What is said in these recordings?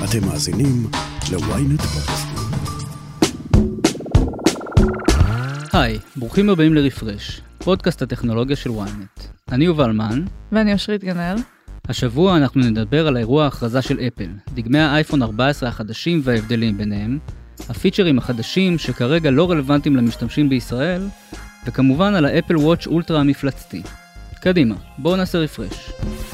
אתם מאזינים ל-ynet פודקאסט. היי, ברוכים הבאים לרפרש, פודקאסט הטכנולוגיה של ynet. אני יובל מן. ואני אושרית גנאל. השבוע אנחנו נדבר על האירוע ההכרזה של אפל, דגמי האייפון 14 החדשים וההבדלים ביניהם, הפיצ'רים החדשים שכרגע לא רלוונטיים למשתמשים בישראל, וכמובן על האפל וואץ' אולטרה המפלצתי. קדימה, בואו נעשה רפרש.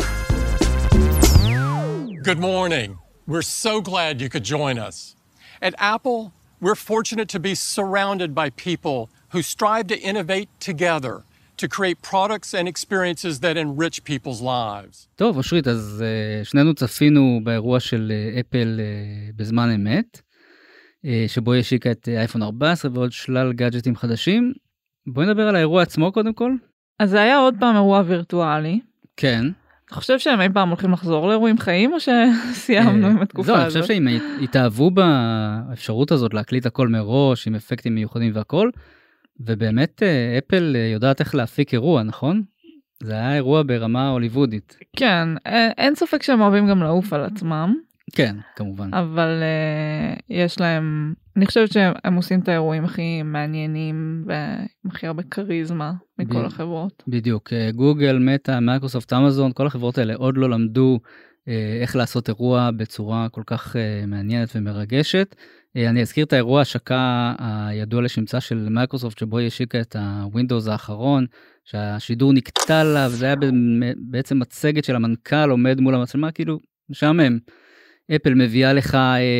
Good morning. We're so glad you could join us. At Apple, we're fortunate to be surrounded by people who strive to innovate together to create products and experiences that enrich people's lives. טוב, אושרית, אז שנינו צפינו באירוע של אפל בזמן אמת, שבו השיקה את אייפון 14 ועוד שלל גאדג'טים חדשים. בואי נדבר על האירוע עצמו קודם כל. אז זה היה עוד פעם אירוע וירטואלי. כן. אתה חושב שהם אי פעם הולכים לחזור לאירועים חיים, או שסיימנו עם התקופה הזאת? זהו, אני חושב שאם התאהבו באפשרות הזאת להקליט הכל מראש, עם אפקטים מיוחדים והכל, ובאמת אפל יודעת איך להפיק אירוע, נכון? זה היה אירוע ברמה הוליוודית. כן, אין ספק שהם אוהבים גם לעוף על עצמם. כן, כמובן. אבל יש להם, אני חושבת שהם עושים את האירועים הכי מעניינים, והכי הרבה קריזמה מכל החברות. בדיוק, גוגל, מטא, מייקרוסופט, אמזון, כל החברות האלה עוד לא למדו איך לעשות אירוע בצורה כל כך מעניינת ומרגשת. אני אזכיר את האירוע השקה הידוע לשמצה של מייקרוסופט, שבו היא השיקה את הווינדוס האחרון, שהשידור נקטע לה, וזה היה בעצם מצגת של המנכ"ל עומד מול המצלמה, כאילו משעמם. אפל מביאה לך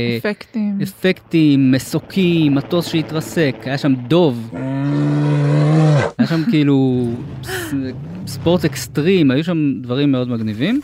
אפקטים, מסוקים, מטוס שהתרסק, היה שם דוב, היה שם כאילו ספורט אקסטרים, היו שם דברים מאוד מגניבים.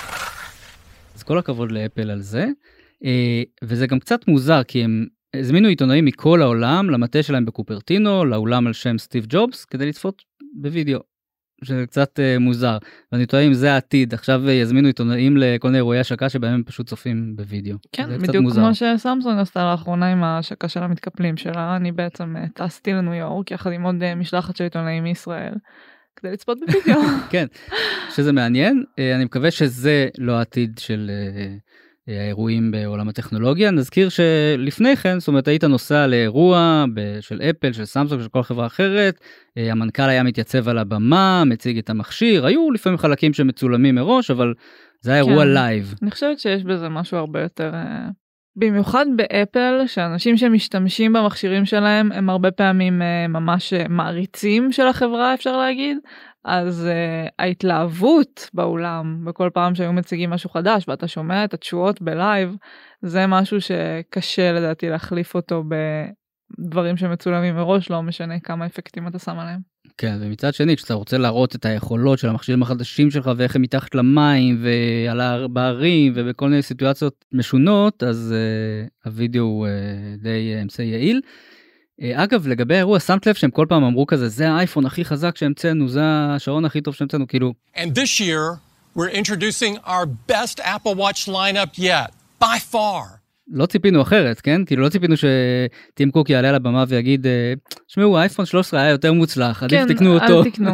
אז כל הכבוד לאפל על זה. וזה גם קצת מוזר, כי הם הזמינו עיתונאים מכל העולם למטה שלהם בקופרטינו, לאולם על שם סטיב ג'ובס, כדי לצפות בווידאו. שזה קצת מוזר, ואני טועה אם זה העתיד, עכשיו יזמינו עיתונאים לכל מיני אירועי השקה שבהם הם פשוט צופים בווידאו. כן, בדיוק כמו שסמסונג עשתה לאחרונה עם ההשקה של המתקפלים שלה, אני בעצם טסתי לניו יורק, יחד עם עוד משלחת של עיתונאים מישראל, כדי לצפות בווידאו. כן, שזה מעניין, אני מקווה שזה לא העתיד של האירועים בעולם הטכנולוגיה. נזכיר שלפני כן, זאת אומרת, היית נוסע לאירוע של אפל, של סמסונג, של כל חברה אחרת, המנכ"ל היה מתייצב על הבמה, מציג את המכשיר, היו לפעמים חלקים שמצולמים מראש, אבל זה היה אירוע לייב. אני חושבת שיש בזה משהו הרבה יותר, במיוחד באפל, שאנשים שמשתמשים במכשירים שלהם, הם הרבה פעמים ממש מעריצים של החברה, אפשר להגיד, אז ההתלהבות באולם, בכל פעם שהיו מציגים משהו חדש, ואתה שומע את התשואות בלייב, זה משהו שקשה לדעתי להחליף אותו בדברים שמצולמים מראש, לא משנה כמה אפקטים אתה שם עליהם. כן, ומצד שני, כשאתה רוצה להראות את היכולות של המכשירים החדשים שלך, ואיך הם מתחת למים, בערים, ובכל מיני סיטואציות משונות, אז הווידאו הוא די אמצעי יעיל. אגב, לגבי האירוע, שמת לב שהם כל פעם אמרו כזה, זה האייפון הכי חזק שהמצאנו, זה השעון הכי טוב שהמצאנו, כאילו. And this year, we're introducing our best Apple Watch lineup yet, by far. לא ציפינו אחרת, כן? כאילו לא ציפינו שטים קוק יעלה על הבמה ויגיד, שמעו, האייפון 13 היה יותר מוצלח, עדיף תקנו אותו. כן, אל תקנו.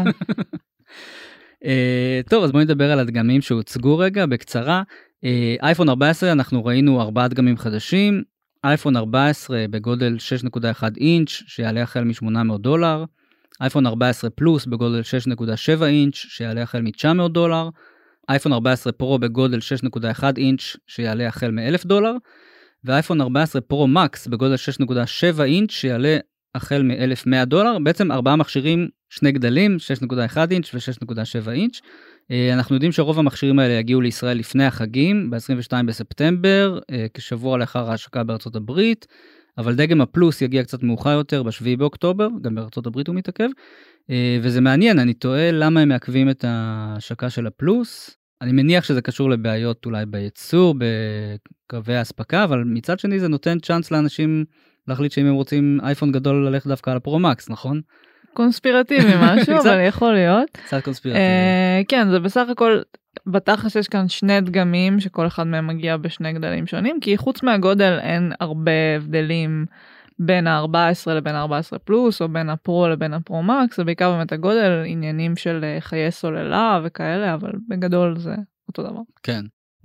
טוב, אז בואו נדבר על הדגמים שהוצגו רגע, בקצרה. אייפון 14, אנחנו ראינו 4 דגמים חדשים, אייפון 14 בגודל 6.1 אינץ' שיעלה החל $800, אייפון 14 פלוס בגודל 6.7 אינץ' שיעלה החל $900, אייפון 14 פרו בגודל 6.1 אינץ' שיעלה החל $1,000, ואייפון 14 פרו מקס בגודל 6.7 אינץ' שיעלה החל $1,100, בעצם 4 מכשירים, 2 גדלים, 6.1 אינץ' ו-6.7 אינץ'. אנחנו יודעים שרוב המכשירים האלה יגיעו לישראל לפני החגים, ב-22 בספטמבר, כשבוע לאחר ההשקה בארצות הברית, אבל דגם הפלוס יגיע קצת מאוחר יותר, ב7 באוקטובר, גם בארצות הברית הוא מתעכב, וזה מעניין, אני תוהה למה הם מעכבים את ההשקה של הפלוס, אני מניח שזה קשור לבעיות אולי בייצור, בקווי ההספקה, אבל מצד שני זה נותן צ'אנס לאנשים להחליט שאם הם רוצים אייפון גדול ללכת דווקא על הפרו-מקס, נכון? קונספירטיבי משהו, אבל יכול להיות. קצת קונספירטיבי. כן, זה בסך הכל, בתכלס יש כאן 2 דגמים, שכל אחד מהם מגיע ב2 גדלים שונים, כי חוץ מהגודל אין הרבה הבדלים בין ה-14 לבין ה-14 פלוס, או בין הפרו לבין הפרו-מקס, זה בעיקר באמת הגודל, עניינים של חיי סוללה וכאלה, אבל בגדול זה אותו דבר. כן.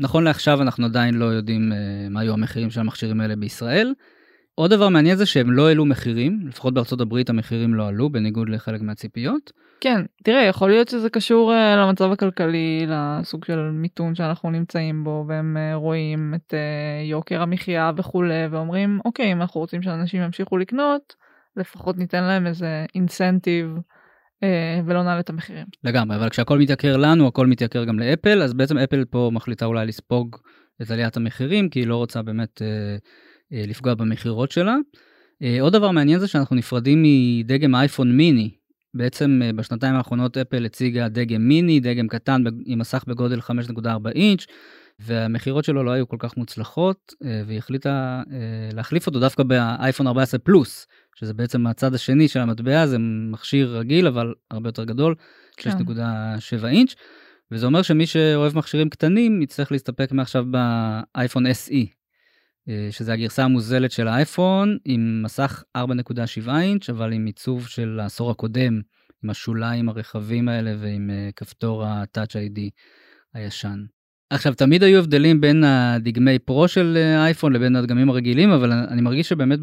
נכון לעכשיו אנחנו עדיין לא יודעים מה היו המחירים של המכשירים האלה בישראל. עוד דבר מעניין זה שהם לא העלו מחירים, לפחות בארצות הברית המחירים לא עלו, בניגוד לחלק מהציפיות. כן, תראה, יכול להיות שזה קשור למצב הכלכלי, לסוג של מיתון שאנחנו נמצאים בו, והם רואים את יוקר המחיה וכו', ואומרים, אוקיי, אם אנחנו רוצים שאנשים ימשיכו לקנות, לפחות ניתן להם איזה אינסנטיב, ולא נעלה את המחירים. לגמרי, אבל כשהכל מתייקר לנו, הכל מתייקר גם לאפל, אז בעצם אפל פה מחליטה אולי לספוג את עליית המחירים, כי היא לא רוצה באמת לפגוע במחירות שלה. עוד דבר מעניין זה שאנחנו נפרדים מדגם אייפון מיני. בעצם בשנתיים האחרונות אפל הציגה דגם מיני, דגם קטן עם מסך בגודל 5.4 אינץ', והמחירות שלו לא היו כל כך מוצלחות, והיא החליטה להחליף אותו דווקא באייפון 14 פלוס, שזה בעצם הצד השני של המטבע, זה מכשיר רגיל, אבל הרבה יותר גדול, 6.7 אינץ', וזה אומר שמי שאוהב מכשירים קטנים, יצטרך להסתפק מעכשיו באייפון SE, שזה הגרסה המוזלת של האייפון, עם מסך 4.7 אינץ', אבל עם עיצוב של העשור הקודם, עם השוליים הרחבים האלה, ועם כפתור ה-Touch ID הישן. עכשיו, תמיד היו הבדלים בין הדגמי פרו של אייפון לבין הדגמים הרגילים, אבל אני מרגיש שבאמת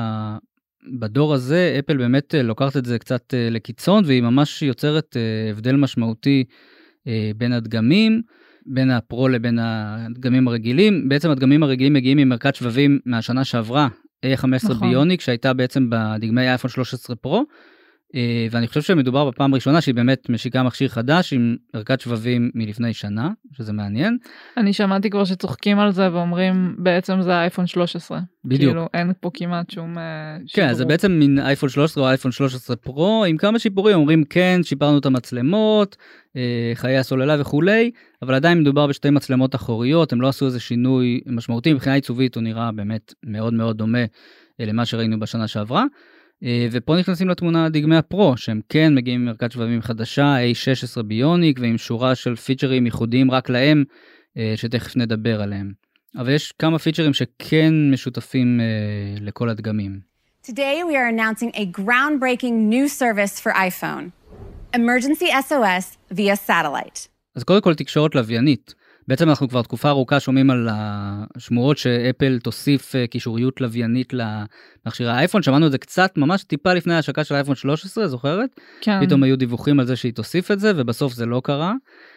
בדור הזה, אפל באמת לוקחת את זה קצת לקיצון, והיא ממש יוצרת הבדל משמעותי בין הדגמים, בין הפרו לבין הדגמים הרגילים. בעצם הדגמים הרגילים מגיעים ממרכז שבבים מהשנה שעברה, A15 נכון. ביוניק, שהייתה בעצם בדגמי אייפון 13 פרו, ואני חושב שמדובר בפעם הראשונה שהיא באמת משיקה מכשיר חדש עם ערכת שבבים מלפני שנה, שזה מעניין. אני שמעתי כבר שצוחקים על זה ואומרים בעצם זה האייפון 13. בדיוק. כאילו אין פה כמעט שום שיפור. כן, זה בעצם מין אייפון 13 או אייפון 13 פרו, עם כמה שיפורים, אומרים כן, שיפרנו את המצלמות, חיי הסוללה וכולי, אבל עדיין מדובר בשתי מצלמות אחוריות, הם לא עשו איזה שינוי משמעותי, מבחינה עיצובית הוא נראה באמת מאוד מאוד דומה למה שראינו בשנה שעברה. ופה נכנסים לתמונה דגמי הפרו, שהם כן מגיעים ממרכז שבבים חדשה, A16 ביוניק, ועם שורה של פיצ'רים ייחודיים רק להם, שתכף נדבר עליהם. אבל יש כמה פיצ'רים שכן משותפים לכל הדגמים. Today we are announcing a groundbreaking new service for iPhone. Emergency SOS via satellite. אז קודם כל תקשורת לוויינית. בעצם אנחנו כבר תקופה ארוכה שומעים על השמועות שאפל תוסיף קישוריות לוויינית למכשיר האייפון, שמענו את זה קצת ממש טיפה לפני ההשקה של האייפון 13, זוכרת? כן. פתאום היו דיווחים על זה שהיא תוסיף את זה, ובסוף זה לא קרה,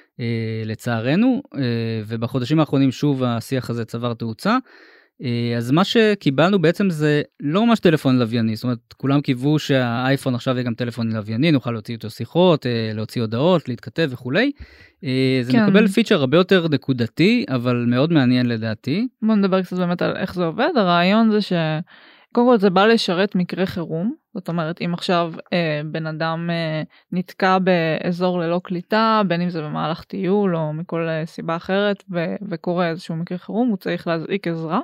לצערנו, ובחודשים האחרונים שוב השיח הזה צבר תאוצה, אז מה שקיבלנו בעצם זה לא ממש טלפון לווייני, זאת אומרת, כולם קיוו שהאייפון עכשיו יהיה גם טלפון לווייני, נוכל להוציא אותו שיחות, להוציא הודעות, להתכתב וכולי. זה כן. מקבל פיצ'ר הרבה יותר נקודתי, אבל מאוד מעניין לדעתי. בוא נדבר קצת באמת על איך זה עובד. הרעיון זה שקודם כל זה בא לשרת מקרה חירום, זאת אומרת, אם עכשיו בן אדם נתקע באזור ללא קליטה, בין אם זה במהלך טיול או מכל סיבה אחרת, וקורה איזשהו מקרה חירום, הוא צריך להזעיק עזרה.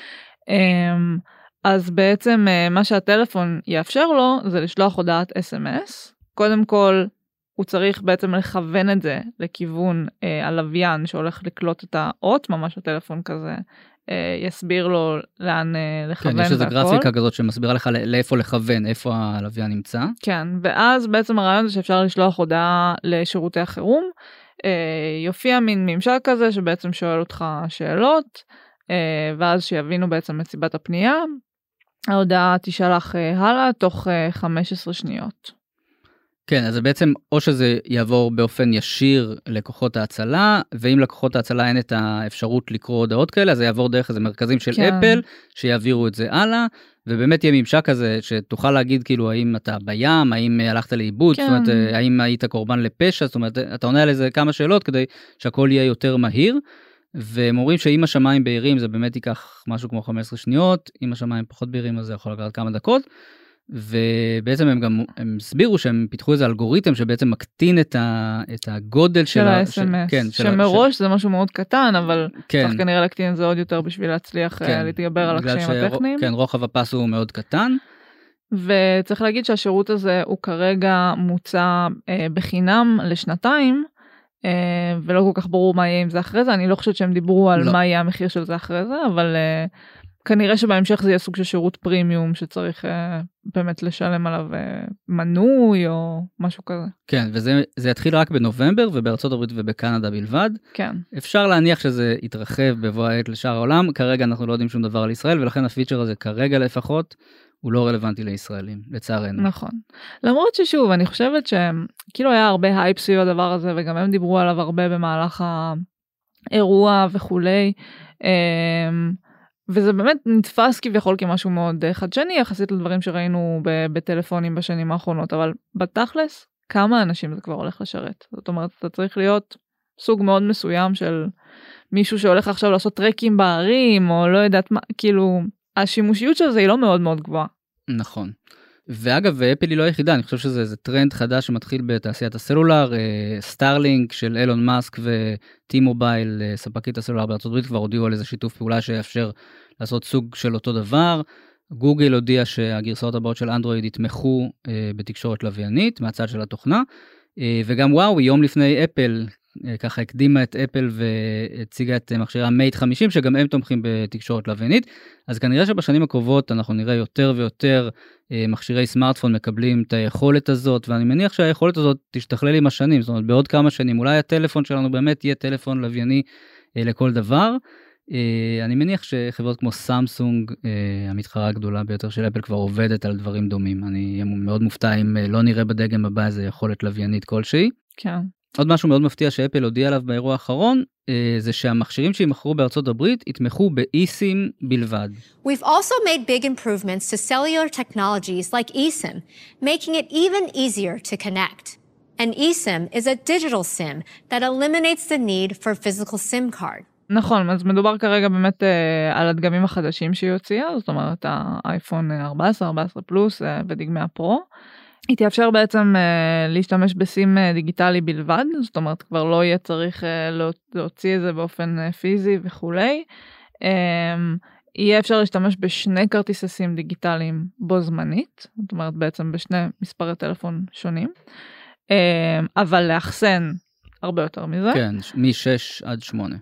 אז בעצם מה שהטלפון יאפשר לו, זה לשלוח הודעת SMS. קודם כל, הוא צריך בעצם לכוון את זה לכיוון הלוויין שהולך לקלוט את האות, ממש הטלפון כזה יסביר לו לאן לכוון. כן, יש איזו גרפיקה כזאת שמסבירה לך לאיפה לכוון, איפה הלוויין נמצא. כן, ואז בעצם הרעיון זה שאפשר לשלוח הודעה לשירותי החירום, יופיע מין ממשק כזה שבעצם שואל אותך שאלות, ואז שיבינו בעצם את סיבת הפנייה, ההודעה תשלח הלאה תוך 15 שניות. כן, אז בעצם או שזה יעבור באופן ישיר לכוחות ההצלה, ואם לכוחות ההצלה אין את האפשרות לקרוא הודעות כאלה, אז זה יעבור דרך איזה מרכזים של כן. אפל, שיעבירו את זה הלאה, ובאמת יהיה ממשק כזה, שתוכל להגיד כאילו, האם אתה בים, האם הלכת לאיבוד, כן. זאת אומרת, האם היית קורבן לפשע, זאת אומרת, אתה עונה על איזה כמה שאלות, כדי שהכל יהיה יותר מהיר, והם אומרים שאם השמיים בהירים, זה באמת ייקח משהו כמו 15 שניות, אם השמיים פחות בהירים, אז זה יכול לקחת כמה דקות, ובעצם הם הסבירו שהם פיתחו איזה אלגוריתם שבעצם מקטין את הגודל של ה-SMS, כן, שמראש זה משהו מאוד קטן, אבל כן. צריך כנראה להקטין את זה עוד יותר בשביל להצליח כן. להתגבר על הקשיים הטכניים. כן, רוחב הפס הוא מאוד קטן. וצריך להגיד שהשירות הזה הוא כרגע מוצע בחינם לשנתיים, ולא כל כך ברור מה יהיה עם זה אחרי זה, אני לא חושבת שהם דיברו על מה יהיה המחיר של זה אחרי זה, אבל כנראה שבהמשך זה יהיה סוג של שירות פרימיום שצריך באמת לשלם עליו מנוי או משהו כזה. כן, וזה יתחיל רק בנובמבר ובארצות הברית ובקנדה בלבד. כן. אפשר להניח שזה יתרחב בבוא העת לשאר העולם, כרגע אנחנו לא יודעים שום דבר על ישראל, ולכן הפיצ'ר הזה כרגע לפחות הוא לא רלוונטי לישראלים, לצערנו. נכון. למרות ששוב, אני חושבת שכאילו היה הרבה הייפ סביב הדבר הזה, וגם הם דיברו עליו הרבה במהלך האירוע וכולי, וזה באמת נתפס כביכול כמשהו מאוד חדשני, יחסית לדברים שראינו בטלפונים בשנים האחרונות, אבל בתכלס, כמה אנשים זה כבר הולך לשרת? זאת אומרת, אתה צריך להיות סוג מאוד מסוים של מישהו שהולך עכשיו לעשות טרקים בערים, או לא יודעת מה, כאילו, השימושיות של זה היא לא מאוד מאוד גבוהה. נכון. ואגב, אפל היא לא היחידה, אני חושב שזה טרנד חדש שמתחיל בתעשיית הסלולר, סטארלינק של אילון מאסק וטי-מובייל, ספקית הסלולר בארצות הברית, כבר הודיעו על איזה שיתוף פעולה שיאפשר לעשות סוג של אותו דבר. גוגל הודיע שהגרסאות הבאות של אנדרואיד יתמכו בתקשורת לוויינית מהצד של התוכנה, וגם וואוי, יום לפני אפל, ככה הקדימה את אפל והציגה את מכשירי המייט 50, שגם הם תומכים בתקשורת לוויינית, אז כנראה שבשנים הקרובות אנחנו נראה יותר ויותר מכשירי סמארטפון מקבלים את היכולת הזאת, ואני מניח שהיכולת הזאת תשתכלל עם השנים, זאת אומרת בעוד כמה שנים, אולי הטלפון שלנו באמת יהיה טלפון לווייני לכל דבר, אני מניח שחברות כמו סמסונג, המתחרה הגדולה ביותר של אפל, כבר עובדת על דברים דומים, אני מאוד מופתע אם לא נראה בדגם הבא איזה יכולת לוויינית כלשהי. כן. עוד משהו מאוד מפתיע שאפל הודיע עליו באירוע האחרון, זה שהמכשירים שימכרו בארצות הברית יתמכו ב-eSIM בלבד. We've also made big improvements to cellular technologies like eSIM, making it even easier to connect. An eSIM is a digital SIM that eliminates the need for a physical SIM card. נכון, אז מדובר כרגע באמת על הדגמים החדשים שהיא הוציאה, זאת אומרת האייפון 14, 14 פלוס ודגמי הפרו. היא תאפשר בעצם להשתמש בסים דיגיטלי בלבד, זאת אומרת כבר לא יהיה צריך להוציא את זה באופן פיזי וכולי. יהיה אפשר להשתמש בשני כרטיסי סים דיגיטליים בו זמנית, זאת אומרת בעצם בשני מספרי טלפון שונים, אבל לאחסן הרבה יותר מזה. כן, מ-6 עד 8.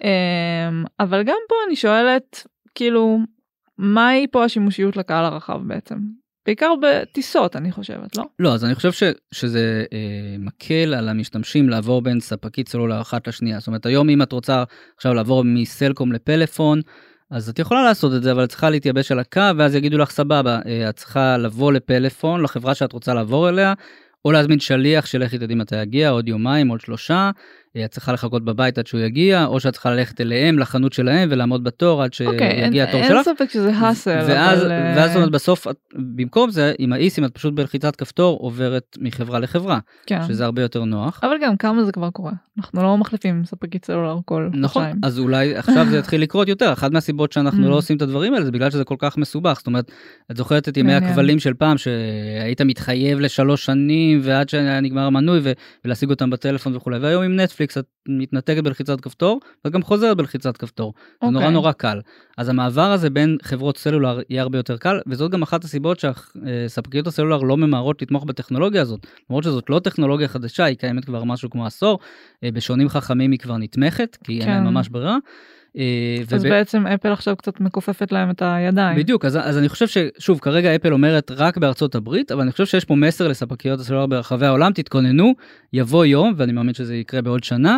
אבל גם פה אני שואלת, כאילו, מהי פה השימושיות לקהל הרחב בעצם? בעיקר בטיסות, אני חושבת, לא? לא, אז אני חושב שזה מקל על המשתמשים לעבור בין ספקית סלולר אחת לשנייה. זאת אומרת, היום אם את רוצה עכשיו לעבור מסלקום לפלאפון, אז את יכולה לעשות את זה, אבל את צריכה להתייבש על הקו, ואז יגידו לך, סבבה, את צריכה לבוא לפלאפון, לחברה שאת רוצה לעבור אליה, או להזמין שליח שלך יתדים מתי יגיע, עוד יומיים, עוד 3, את צריכה לחכות בבית עד שהוא יגיע, או שאת צריכה ללכת אליהם, לחנות שלהם, ולעמוד בתור עד שיגיע התור שלך. אין ספק שזה הסל. ואז זאת אומרת, בסוף, במקום זה, עם האיסים, את פשוט בלחיצת כפתור עוברת מחברה לחברה, שזה הרבה יותר נוח. אבל גם כמה זה כבר קורה. אנחנו לא מחליפים ספקית סלולר כל חודשיים. נכון, אז אולי עכשיו זה יתחיל לקרות יותר. אחת מהסיבות שאנחנו לא עושים את הדברים האלה, זה בגלל שזה כל כך מסובך. זאת אומרת, את זוכרת את ימי הכבלים של פעם, שהיית מתחייב ל3 שנים, ועד שנגמר המנוי, ולהשיג אותם בטלפון וכו'. והיום עם נטפליקס את מתנתקת בלחיצת כפתור, ואת גם חוזרת בלחיצת כפתור. זה נורא נורא קל. אז המעבר הזה בין חברות סלולר יהיה הרבה יותר קל, וזאת גם אחת הסיבות שהספקיות הסלולר לא ממהרות לתמוך בטכנולוגיה הזאת. למרות שזאת לא טכנולוגיה חדשה, היא קיימת כבר משהו כמו עשור, בשעונים חכמים היא כבר נתמכת, כי אין להם ממש ברירה. אז בעצם אפל עכשיו קצת מכופפת להם את הידיים. בדיוק, אז אני חושב ששוב, כרגע אפל אומרת רק בארצות הברית, אבל אני חושב שיש פה מסר לספקיות הסלולר ברחבי העולם, תתכוננו, יבוא יום, ואני מאמין שזה יקרה בעוד שנה,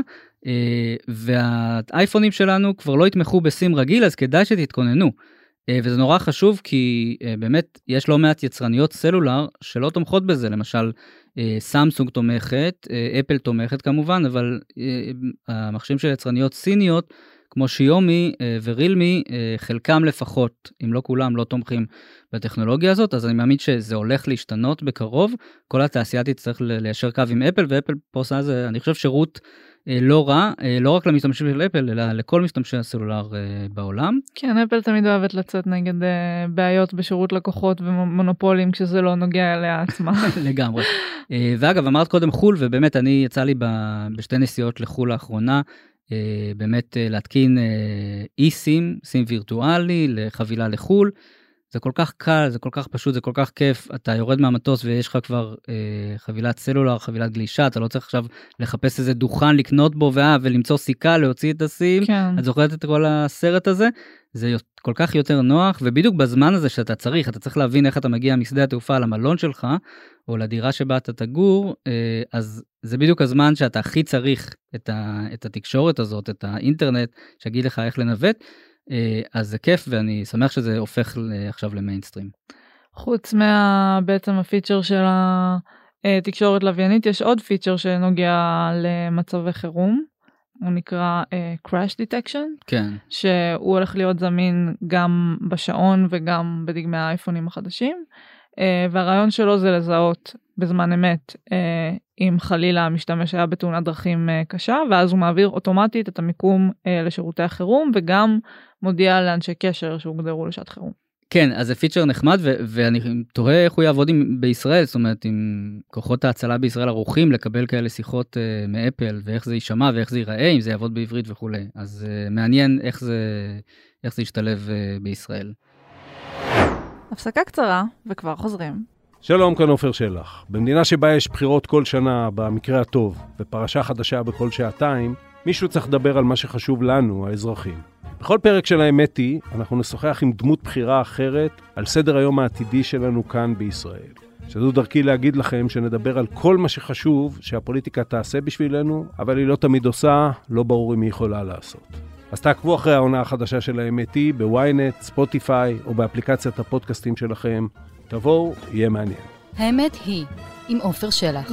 והאייפונים שלנו כבר לא יתמכו בסים רגיל, אז כדאי שתתכוננו. וזה נורא חשוב, כי באמת יש לא מעט יצרניות סלולר שלא תומכות בזה, למשל סמסונג תומכת, אפל תומכת כמובן, אבל המכשירים של יצרניות סיניות, כמו שיומי ורילמי, חלקם לפחות, אם לא כולם, לא תומכים בטכנולוגיה הזאת, אז אני מאמין שזה הולך להשתנות בקרוב, כל התעשייה תצטרך ליישר קו עם אפל, ואפל פה עושה זה, אני חושב שירות לא רע, לא רק למשתמשים של אפל, אלא לכל משתמשי הסלולר בעולם. כן, אפל תמיד אוהבת לצאת נגד בעיות בשירות לקוחות ומונופולים, כשזה לא נוגע אליה עצמה. לגמרי. ואגב, אמרת קודם חול, ובאמת אני יצא לי בשתי נסיעות לחול האחרונה, באמת להתקין אי-סים, סים וירטואלי, לחבילה לחול. זה כל כך קל, זה כל כך פשוט, זה כל כך כיף, אתה יורד מהמטוס ויש לך כבר חבילת סלולר, חבילת גלישה, אתה לא צריך עכשיו לחפש איזה דוכן לקנות בו ולמצוא סיכה, להוציא את הסים, כן. את זוכרת את כל הסרט הזה, זה כל כך יותר נוח, ובדיוק בזמן הזה שאתה צריך להבין איך אתה מגיע משדה התעופה למלון שלך, או לדירה שבה אתה תגור, אז זה בדיוק הזמן שאתה הכי צריך את התקשורת הזאת, את האינטרנט, שיגיד לך איך לנווט, אז זה כיף, ואני שמח שזה הופך עכשיו למיינסטרים. חוץ בעצם הפיצ'ר של התקשורת לוויינית, יש עוד פיצ'ר שנוגע למצבי חירום, הוא נקרא Crash Detection, כן. שהוא הולך להיות זמין גם בשעון וגם בדגמי האייפונים החדשים, והרעיון שלו זה לזהות בזמן אמת אם חלילה המשתמש היה בתאונת דרכים קשה, ואז הוא מעביר אוטומטית את המיקום לשירותי החירום, וגם מודיע לאנשי קשר שהוגדרו לשעת חירום. כן, אז זה פיצ'ר נחמד, ואני תוהה איך הוא יעבוד בישראל, זאת אומרת, אם כוחות ההצלה בישראל ערוכים לקבל כאלה שיחות מאפל, ואיך זה יישמע, ואיך זה ייראה, אם זה יעבוד בעברית וכו'. אז מעניין איך זה ישתלב בישראל. הפסקה קצרה, וכבר חוזרים. שלום, כאן עופר שלח. במדינה שבה יש בחירות כל שנה, במקרה הטוב, ופרשה חדשה בכל שעתיים, מישהו צריך לדבר על מה שחשוב לנו, האזרחים. בכל פרק של האמת היא, אנחנו נשוחח עם דמות בחירה אחרת על סדר היום העתידי שלנו כאן בישראל. שזו דרכי להגיד לכם שנדבר על כל מה שחשוב שהפוליטיקה תעשה בשבילנו, אבל היא לא תמיד עושה, לא ברור אם היא יכולה לעשות. אז תעקבו אחרי העונה החדשה של האמת היא, בוויינט, ספוטיפיי או באפליקציית הפודקאסטים שלכם. תבואו, יהיה מעניין. האמת היא, עם עופר שלח.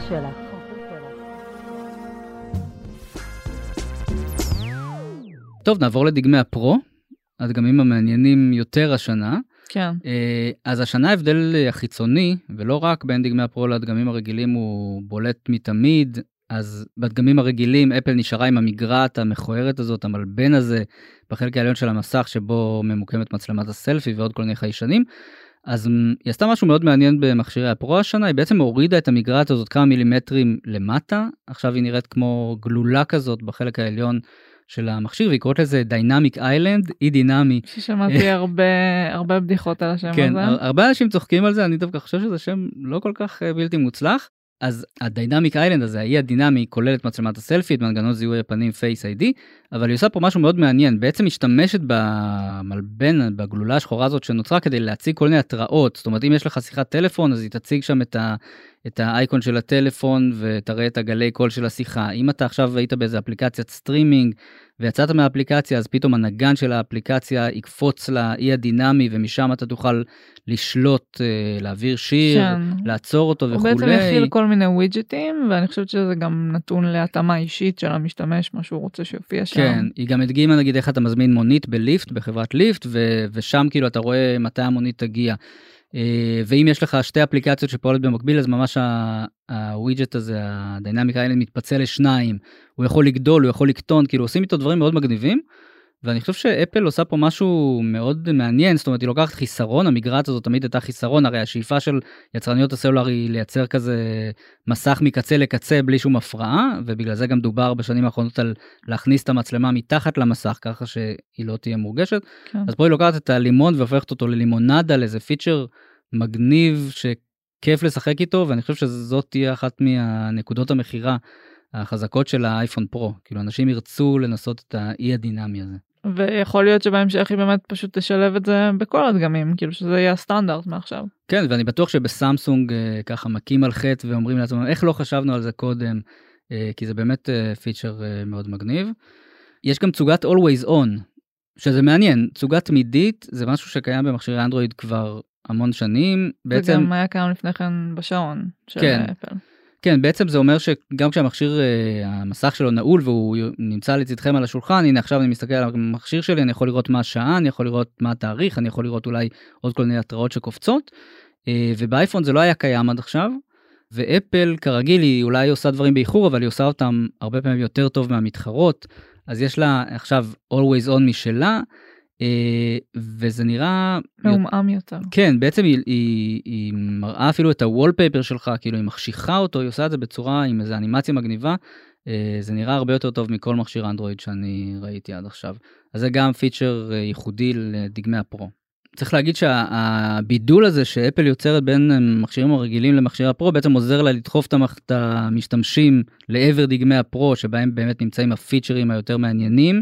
טוב, נעבור לדגמי הפרו, הדגמים המעניינים יותר השנה. כן. אז השנה ההבדל החיצוני, ולא רק בין דגמי הפרו לדגמים הרגילים, הוא בולט מתמיד. אז בדגמים הרגילים, אפל נשארה עם המגרעת המכוערת הזאת, המלבן הזה, בחלק העליון של המסך, שבו ממוקמת מצלמת הסלפי ועוד כל מיני חיישנים. אז היא עשתה משהו מאוד מעניין במכשירי הפרו השנה, היא בעצם הורידה את המגרעת הזאת כמה מילימטרים למטה, עכשיו היא נראית כמו גלולה כזאת בחלק העליון של המכשיר, והיא קוראת לזה Dynamic Island, אי דינמי. ששמעתי הרבה בדיחות על השם הזה. כן, הרבה אנשים צוחקים על זה, אני דווקא חושב שזה שם לא כל כך בלתי מוצלח. אז ה-Dynamic Island הזה, האי הדינמי, כולל את מצלמת הסלפי, את מנגנון זיהוי הפנים Face ID, אבל היא עושה פה משהו מאוד מעניין, בעצם משתמשת במלבן, בגלולה השחורה הזאת שנוצרה, כדי להציג כל מיני התראות, זאת אומרת, אם יש לך שיחת טלפון, אז היא תציג שם את האייקון של הטלפון, ותראה את הגלי קול של השיחה. אם אתה עכשיו היית באיזה אפליקציית סטרימינג, ויצאת מהאפליקציה, אז פתאום הנגן של האפליקציה יקפוץ לאי הדינמי, ומשם אתה תוכל לשלוט, להעביר שיר, כן. לעצור אותו וכו'. הוא בעצם יכיל כל מיני ווידג'טים, ואני חושבת שזה גם נתון להתאמה אישית של המשתמש, מה שהוא רוצה שיופיע שם. כן, היא גם הדגימה נגיד איך אתה מזמין מונית בליפט, בחברת ליפט, ושם כאילו אתה רואה מתי המונית תגיע. ואם יש לך שתי אפליקציות שפועלות במקביל, אז ממש הווידג'ט הזה, הדינמיק איילנד מתפצל לשניים, הוא יכול לגדול, הוא יכול לקטון, כאילו עושים איתו דברים מאוד מגניבים, ואני חושב שאפל עושה פה משהו מאוד מעניין, זאת אומרת, היא לוקחת חיסרון, המגרעת הזאת תמיד הייתה חיסרון, הרי השאיפה של יצרניות הסלולר היא לייצר כזה מסך מקצה לקצה בלי שום הפרעה, ובגלל זה גם דובר בשנים האחרונות על להכניס את המצלמה מתחת למסך, ככה שהיא לא תהיה מורגשת. כן. אז פה היא לוקחת את הלימון והופכת אותו ללימונדה, לאיזה פיצ'ר מגניב שכיף לשחק איתו, ואני חושב שזאת תהיה אחת מהנקודות המחירה החזקות של האייפון פרו, כאילו אנשים ירצו לנסות את האי הדינמי הזה. ויכול להיות שבהמשך היא באמת פשוט תשלב את זה בכל הדגמים, כאילו שזה יהיה הסטנדרט מעכשיו. כן, ואני בטוח שבסמסונג ככה מקים על חטא ואומרים לעצמם, איך לא חשבנו על זה קודם, כי זה באמת פיצ'ר מאוד מגניב. יש גם צוגת Always On, שזה מעניין, צוגה תמידית, זה משהו שקיים במכשירי אנדרואיד כבר המון שנים. בעצם וגם היה קיים לפני כן בשעון של כן. אפל. כן, בעצם זה אומר שגם כשהמכשיר, המסך שלו נעול והוא נמצא לצדכם על השולחן, הנה עכשיו אני מסתכל על המכשיר שלי, אני יכול לראות מה השעה, אני יכול לראות מה התאריך, אני יכול לראות אולי עוד כל מיני התראות שקופצות, ובאייפון זה לא היה קיים עד עכשיו, ואפל כרגיל היא אולי עושה דברים באיחור, אבל היא עושה אותם הרבה פעמים יותר טוב מהמתחרות, אז יש לה עכשיו Always On משלה, וזה נראה מעומעם יותר. כן, בעצם היא מראה אפילו את הוולפייפר שלך, כאילו היא מחשיכה אותו, היא עושה את זה בצורה עם איזו אנימציה מגניבה, זה נראה הרבה יותר טוב מכל מכשיר אנדרואיד שאני ראיתי עד עכשיו. אז זה גם פיצ'ר ייחודי לדגמי הפרו. צריך להגיד שהבידול הזה שאפל יוצרת בין מכשירים הרגילים למכשיר הפרו, בעצם עוזר לה לדחוף את המשתמשים לעבר דגמי הפרו, שבהם באמת נמצאים הפיצ'רים היותר מעניינים,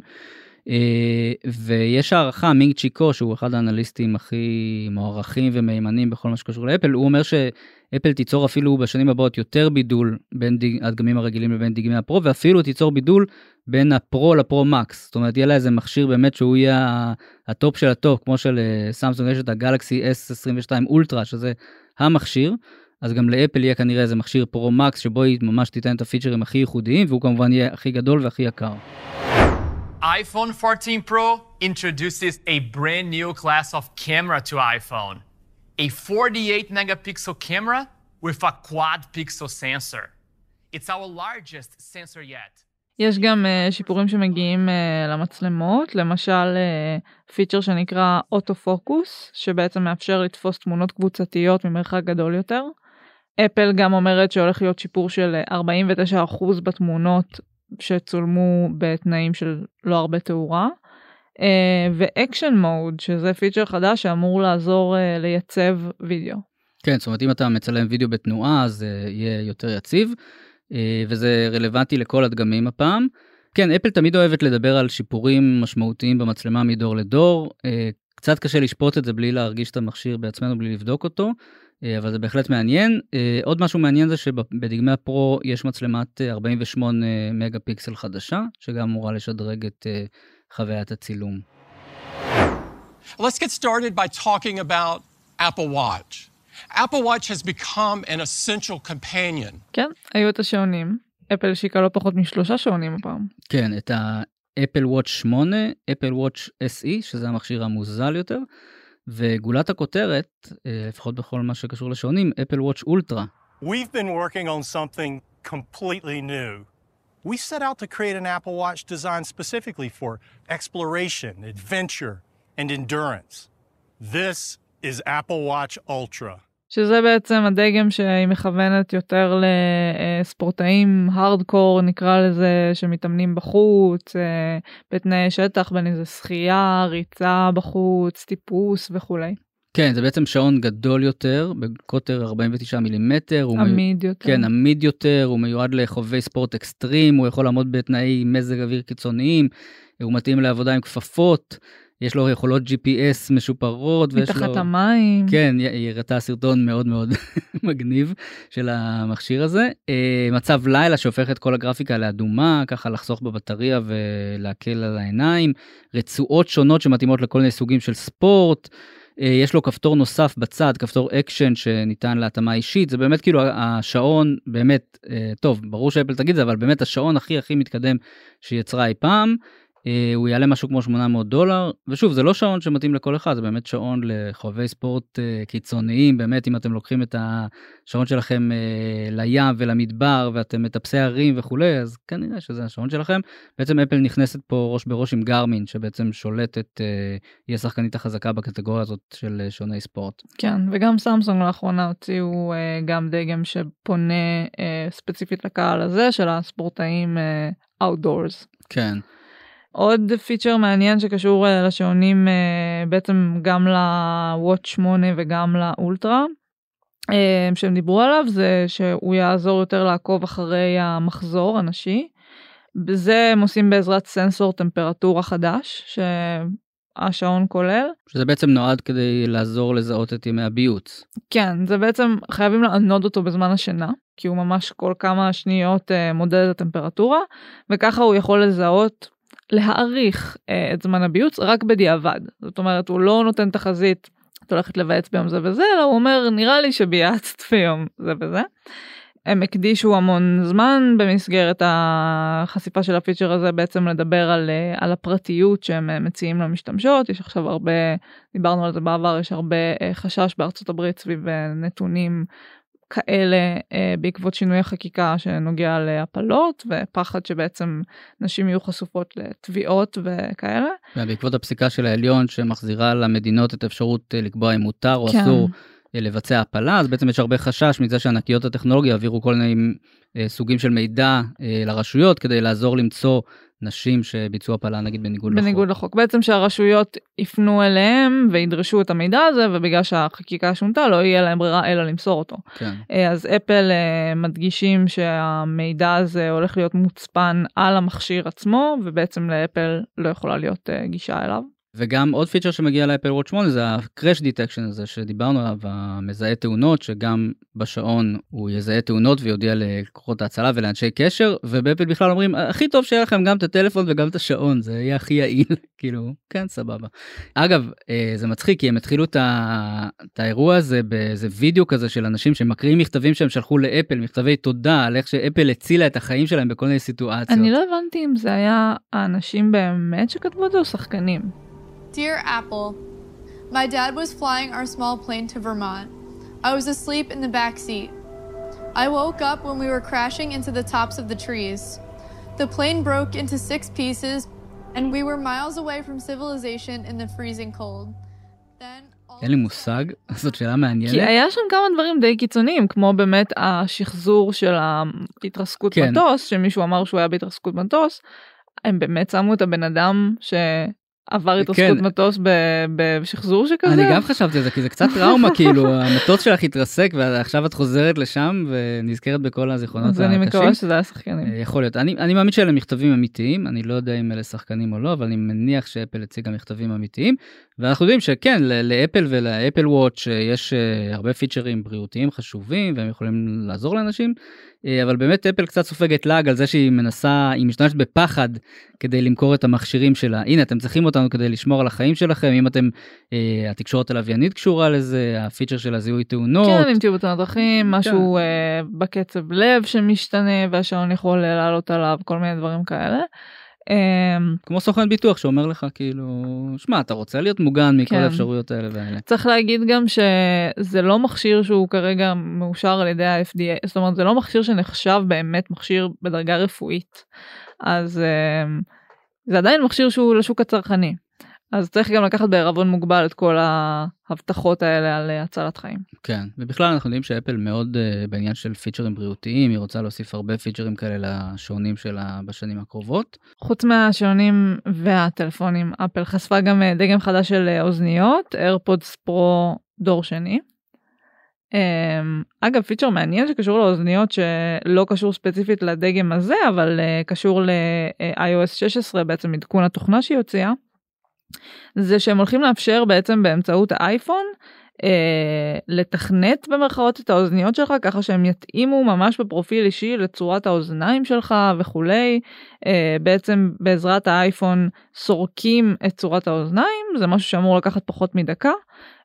ויש הערכה, מינג צ'יקו, שהוא אחד האנליסטים הכי מוערכים ומהימנים בכל מה שקשור לאפל, הוא אומר שאפל תיצור אפילו בשנים הבאות יותר בידול בין הדגמים הרגילים לבין דגמי הפרו, ואפילו תיצור בידול בין הפרו לפרו מקס. זאת אומרת, יהיה לה איזה מכשיר באמת שהוא יהיה הטופ של הטופ, כמו של סמסונג יש את הגלקסי S22 אולטרה, שזה המכשיר, אז גם לאפל יהיה כנראה איזה מכשיר פרו מקס, שבו היא ממש תיתן את הפיצ'רים הכי ייחודיים, והוא כמובן יהיה הכי גדול והכי יקר. iPhone 14 Pro introduces a brand new class of camera to iPhone. A 48 megapixel camera with a quad pixel sensor. It's our largest sensor yet. יש גם שיפורים שמגיעים למצלמות, למשל פיצ'ר שנקרא אוטו-פוקוס, שבעצם מאפשר לתפוס תמונות קבוצתיות ממרחק גדול יותר. אפל גם אומרת שהולך להיות שיפור של 49% בתמונות שצולמו בתנאים של לא הרבה תאורה, ואקשן מוד, שזה פיצ'ר חדש שאמור לעזור לייצב וידאו. כן, זאת אומרת, אם אתה מצלם וידאו בתנועה, אז יהיה יותר יציב, וזה רלוונטי לכל הדגמים הפעם. כן, אפל תמיד אוהבת לדבר על שיפורים משמעותיים במצלמה מדור לדור, קצת קשה לשפוט את זה בלי להרגיש את המכשיר בעצמנו, בלי לבדוק אותו, אבל זה בהחלט מעניין. עוד משהו מעניין זה שבדגמי הפרו יש מצלמת 48 מגה פיקסל חדשה, שגם אמורה לשדרג את חוויית הצילום. Let's get started by talking about Apple Watch. Apple Watch has become an essential companion. כן, היו את השעונים. אפל שיקה לא פחות מ3 שעונים הפעם. כן, את האפל וואץ' 8, אפל וואץ' SE, שזה המכשיר המוזל יותר, וגולת הכותרת, לפחות בכל מה שקשור לשעונים, אפל וואץ' אולטרה. We've been working on something completely new. We set out to create an Apple Watch designed specifically for exploration, adventure, and endurance. This is Apple Watch Ultra. שזה בעצם הדגם שהיא מכוונת יותר לספורטאים הארדקור, נקרא לזה, שמתאמנים בחוץ, בתנאי שטח, בין איזה שחייה, ריצה בחוץ, טיפוס וכולי. כן, זה בעצם שעון גדול יותר, בקוטר 49 מילימטר. עמיד יותר. כן, עמיד יותר, הוא מיועד לחובבי ספורט אקסטרים, הוא יכול לעמוד בתנאי מזג אוויר קיצוניים, הוא מתאים לעבודה עם כפפות, יש לו יכולות GPS משופרות. מתחת המים. כן, היא הראתה סרטון מאוד מאוד מגניב של המכשיר הזה. מצב לילה שהופך את כל הגרפיקה לאדומה, ככה לחסוך בבטריה ולהקל על העיניים. רצועות שונות שמתאימות לכל מיני סוגים של ספורט. יש לו כפתור נוסף בצד, כפתור אקשן שניתן להתאמה אישית. זה באמת כאילו השעון, באמת, טוב, ברור שאפל תגיד זה, אבל באמת השעון הכי מתקדם שיצרה אי פעם. הוא יעלה משהו כמו $800, ושוב, זה לא שעון שמתאים לכל אחד, זה באמת שעון לחובבי ספורט קיצוניים, באמת אם אתם לוקחים את השעון שלכם לים ולמדבר, ואתם מטפסי הרים וכולי, אז כנראה שזה השעון שלכם. בעצם אפל נכנסת פה ראש בראש עם גרמין, שבעצם שולטת, היא השחקנית החזקה בקטגוריה הזאת של שעוני ספורט. כן, וגם סמסונג לאחרונה הוציאו גם דגם שפונה ספציפית לקהל הזה, של הספורטאים outdoors. כן. עוד פיצ'ר מעניין שקשור לשעונים בעצם גם לוואץ' 8 וגם לאולטרה, שהם דיברו עליו, זה שהוא יעזור יותר לעקוב אחרי המחזור הנשי. בזה הם עושים בעזרת סנסור טמפרטורה חדש, שהשעון כולל. שזה בעצם נועד כדי לעזור לזהות את ימי הביוץ. כן, זה בעצם חייבים לענוד אותו בזמן השינה, כי הוא ממש כל כמה שניות מודד את הטמפרטורה, וככה הוא יכול לזהות להאריך את זמן הביוץ רק בדיעבד. זאת אומרת, הוא לא נותן תחזית, את הולכת לבייץ ביום זה וזה, אלא הוא אומר, נראה לי שבייצת ביום זה וזה. הם הקדישו המון זמן במסגרת החשיפה של הפיצ'ר הזה, בעצם לדבר על הפרטיות שהם מציעים למשתמשות. יש עכשיו הרבה, דיברנו על זה בעבר, יש הרבה חשש בארצות הברית סביב נתונים כאלה בעקבות שינוי החקיקה שנוגע להפלות, ופחד שבעצם נשים יהיו חשופות לתביעות וכאלה. ובעקבות הפסיקה של העליון שמחזירה למדינות את האפשרות לקבוע אם מותר או אסור לבצע הפלה, אז בעצם יש הרבה חשש מזה שענקיות הטכנולוגיה העבירו כל מיני סוגים של מידע לרשויות, כדי לעזור למצוא נשים שביצעו הפלה נגיד בניגוד לחוק. בניגוד לחוק. בעצם שהרשויות יפנו אליהם וידרשו את המידע הזה, ובגלל שהחקיקה שונתה לא יהיה להם ברירה אלא למסור אותו. כן. אז אפל מדגישים שהמידע הזה הולך להיות מוצפן על המכשיר עצמו, ובעצם לאפל לא יכולה להיות גישה אליו. וגם עוד פיצ'ר שמגיע לאפל וואץ' 8 זה ה-crash detection הזה שדיברנו עליו, המזהה תאונות, שגם בשעון הוא יזהה תאונות ויודיע לכוחות ההצלה ולאנשי קשר, ובאפל בכלל אומרים, הכי טוב שיהיה לכם גם את הטלפון וגם את השעון, זה יהיה הכי יעיל, כאילו, כן, סבבה. אגב, זה מצחיק, כי הם התחילו את האירוע הזה באיזה וידאו כזה של אנשים שמקריאים מכתבים שהם שלחו לאפל, מכתבי תודה על איך שאפל הצילה את החיים שלהם בכל מיני סיטואציות. אני לא הבנתי אם זה היה האנשים באמת שכתבו את זה או שחקנים. Dear Apple, my dad was flying our small plane to Vermont. I was asleep in the back seat. I woke up when we were crashing into the tops of the trees. The plane broke into 6 pieces, and we were miles away from civilization in the freezing cold. אין לי מושג, זאת שאלה מעניינת. כי היה שם כמה דברים די קיצוניים, כמו באמת השחזור של ההתרסקות מטוס, שמישהו אמר שהוא היה בהתרסקות מטוס, הם באמת שמו את הבן אדם עבר התרסקות מטוס בשחזור שכזה. אני גם חשבתי על זה, כי זה קצת טראומה, כאילו, המטוס שלך התרסק, ועכשיו את חוזרת לשם, ונזכרת בכל הזיכרונות הקשים. אז אני מקווה שזה היה שחקנים. יכול להיות. אני מאמין שאלה מכתבים אמיתיים, אני לא יודע אם אלה שחקנים או לא, אבל אני מניח שאפל הציגה מכתבים אמיתיים, ואנחנו יודעים שכן, לאפל ולאפל וואץ' יש הרבה פיצ'רים בריאותיים חשובים, והם יכולים לעזור לאנשים, אבל באמת אפל קצת סופגת לאג על זה שהיא מנסה, היא משתמשת בפחד כדי למכור את המכשירים שלה. הנה, אתם צריכים אותנו כדי לשמור על החיים שלכם, אם אתם, התקשורת הלוויינית קשורה לזה, הפיצ'ר של הזיהוי תאונות. כן, אם תהיו בתאונות דרכים, משהו בקצב לב שמשתנה, והשעון יכול לעלות עליו, כל מיני דברים כאלה. כמו סוכן ביטוח שאומר לך כאילו, שמע, אתה רוצה להיות מוגן מכל האפשרויות האלה והאלה. צריך להגיד גם שזה לא מכשיר שהוא כרגע מאושר על ידי ה-FDA, זאת אומרת זה לא מכשיר שנחשב באמת מכשיר בדרגה רפואית, אז זה עדיין מכשיר שהוא לשוק הצרכני, אז צריך גם לקחת בערבון מוגבל את כל ההבטחות האלה על הצלת חיים. כן, ובכלל אנחנו יודעים שאפל מאוד בעניין של פיצ'רים בריאותיים, היא רוצה להוסיף הרבה פיצ'רים כאלה לשעונים שלה בשנים הקרובות. חוץ מהשעונים והטלפונים, אפל חשפה גם דגם חדש של אוזניות, AirPods Pro דור שני. אגב, פיצ'ר מעניין שקשור לאוזניות שלא קשור ספציפית לדגם הזה, אבל קשור ל-iOS 16, בעצם עדכון התוכנה שהיא הוציאה. זה שהם הולכים לאפשר בעצם באמצעות האייפון לתכנת במרכאות את האוזניות שלך, ככה שהם יתאימו ממש בפרופיל אישי לצורת האוזניים שלך וכולי. בעצם בעזרת האייפון סורקים את צורת האוזניים, זה משהו שאמור לקחת פחות מדקה,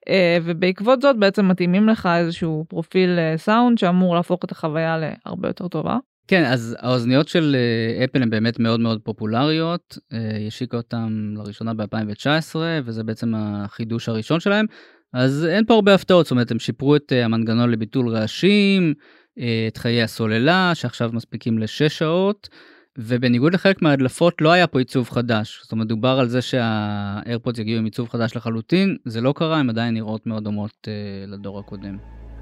ובעקבות זאת בעצם מתאימים לך איזשהו פרופיל סאונד שאמור להפוך את החוויה להרבה יותר טובה. כן, אז האוזניות של אפל הן באמת מאוד מאוד פופולריות, השיקה אותם לראשונה ב-2019, וזה בעצם החידוש הראשון שלהם, אז אין פה הרבה הפתעות, זאת אומרת, הם שיפרו את המנגנון לביטול רעשים, את חיי הסוללה, שעכשיו מספיקים ל6 שעות, ובניגוד לחלק מההדלפות לא היה פה עיצוב חדש, זאת אומרת, מדובר על זה שהאיירפודס יגיעו עם עיצוב חדש לחלוטין, זה לא קרה, הם עדיין נראות מאוד דומות לדור הקודם.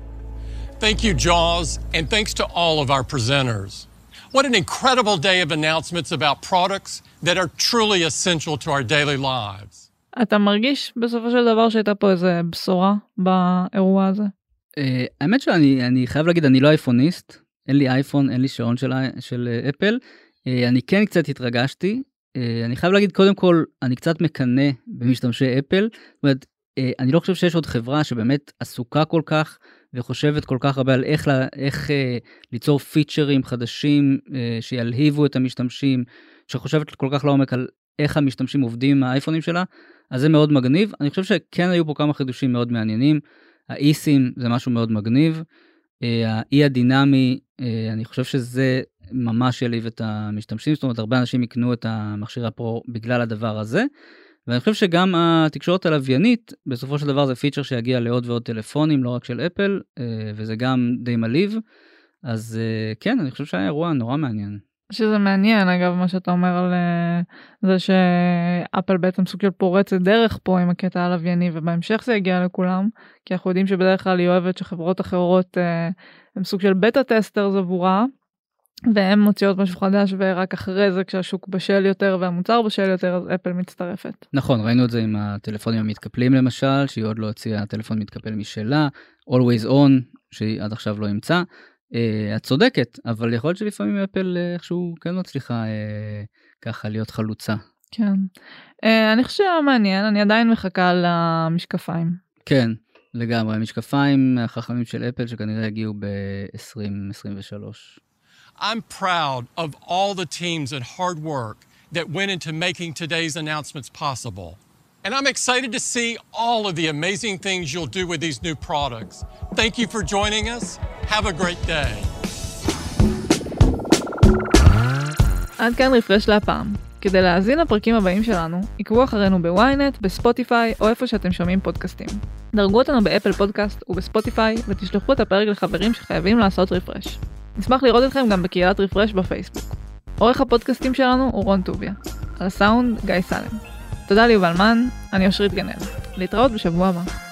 Thank you, Jaws, and thanks to all of our presenters. What an incredible day of announcements about products that are truly essential to our daily lives. אתה מרגיש בסופו של דבר שהייתה פה איזה בשורה באירוע הזה? האמת שאני חייב להגיד, אני לא אייפוניסט, אין לי אייפון, אין לי שעון של אפל, אני כן קצת התרגשתי, אני חייב להגיד קודם כל, אני קצת מקנה במשתמשי אפל, זאת אומרת, אני לא חושב שיש עוד חברה שבאמת עסוקה כל כך, וחושבת כל כך הרבה על איך ליצור פיצ'רים חדשים שילהיבו את המשתמשים, שחושבת כל כך לעומק על איך המשתמשים עובדים עם האייפונים שלה, אז זה מאוד מגניב. אני חושב שכן היו פה כמה חידושים מאוד מעניינים, האיסים זה משהו מאוד מגניב, האי הדינמי, אני חושב שזה ממש יליב את המשתמשים, זאת אומרת הרבה אנשים יקנו את המכשיר הפרו בגלל הדבר הזה, ואני חושב שגם התקשורת הלוויינית, בסופו של דבר זה פיצ'ר שיגיע לעוד ועוד טלפונים, לא רק של אפל, וזה גם די מליב, אז כן, אני חושב שהיה אירוע נורא מעניין. שזה מעניין, אגב, מה שאתה אומר על זה שאפל בעצם סוג של פורצת דרך פה עם הקטע הלווייני, ובהמשך זה יגיע לכולם, כי אנחנו יודעים שבדרך כלל היא אוהבת שחברות אחרות הם סוג של בטה טסטרס עבורה, והם מוציאות משהו חדש, ורק אחרי זה כשהשוק בשל יותר והמוצר בשל יותר, אז אפל מצטרפת. נכון, ראינו את זה עם הטלפונים המתקפלים למשל, שהיא עוד לא הוציאה טלפון מתקפל משלה, Always On, שהיא עד עכשיו לא ימצא. את צודקת, אבל יכול להיות שלפעמים אפל איכשהו כן מצליחה ככה להיות חלוצה. כן. אני חושב מעניין, אני עדיין מחכה למשקפיים. כן, לגמרי. המשקפיים החכמים של אפל שכנראה הגיעו ב-2023. I'm proud of all the teams and hard work that went into making today's announcements possible. And I'm excited to see all of the amazing things you'll do with these new products. Thank you for joining us. Have a great day. עד כאן רפרש להפעם. כדי להאזין לפרקים הבאים שלנו, עקבו אחרינו בוויינט, בספוטיפיי או איפה שאתם שומעים פודקאסטים. דרגו אותנו באפל פודקאסט ובספוטיפיי ותשלחו את הפרק לחברים שחייבים לעשות רפרש. נשמח לראות אתכם גם בקהילת רפרש בפייסבוק. עורך הפודקאסטים שלנו הוא רון טוביה. על הסאונד גיא סלם. תודה ליובל מן, אני אושרית גנאל. להתראות בשבוע הבא.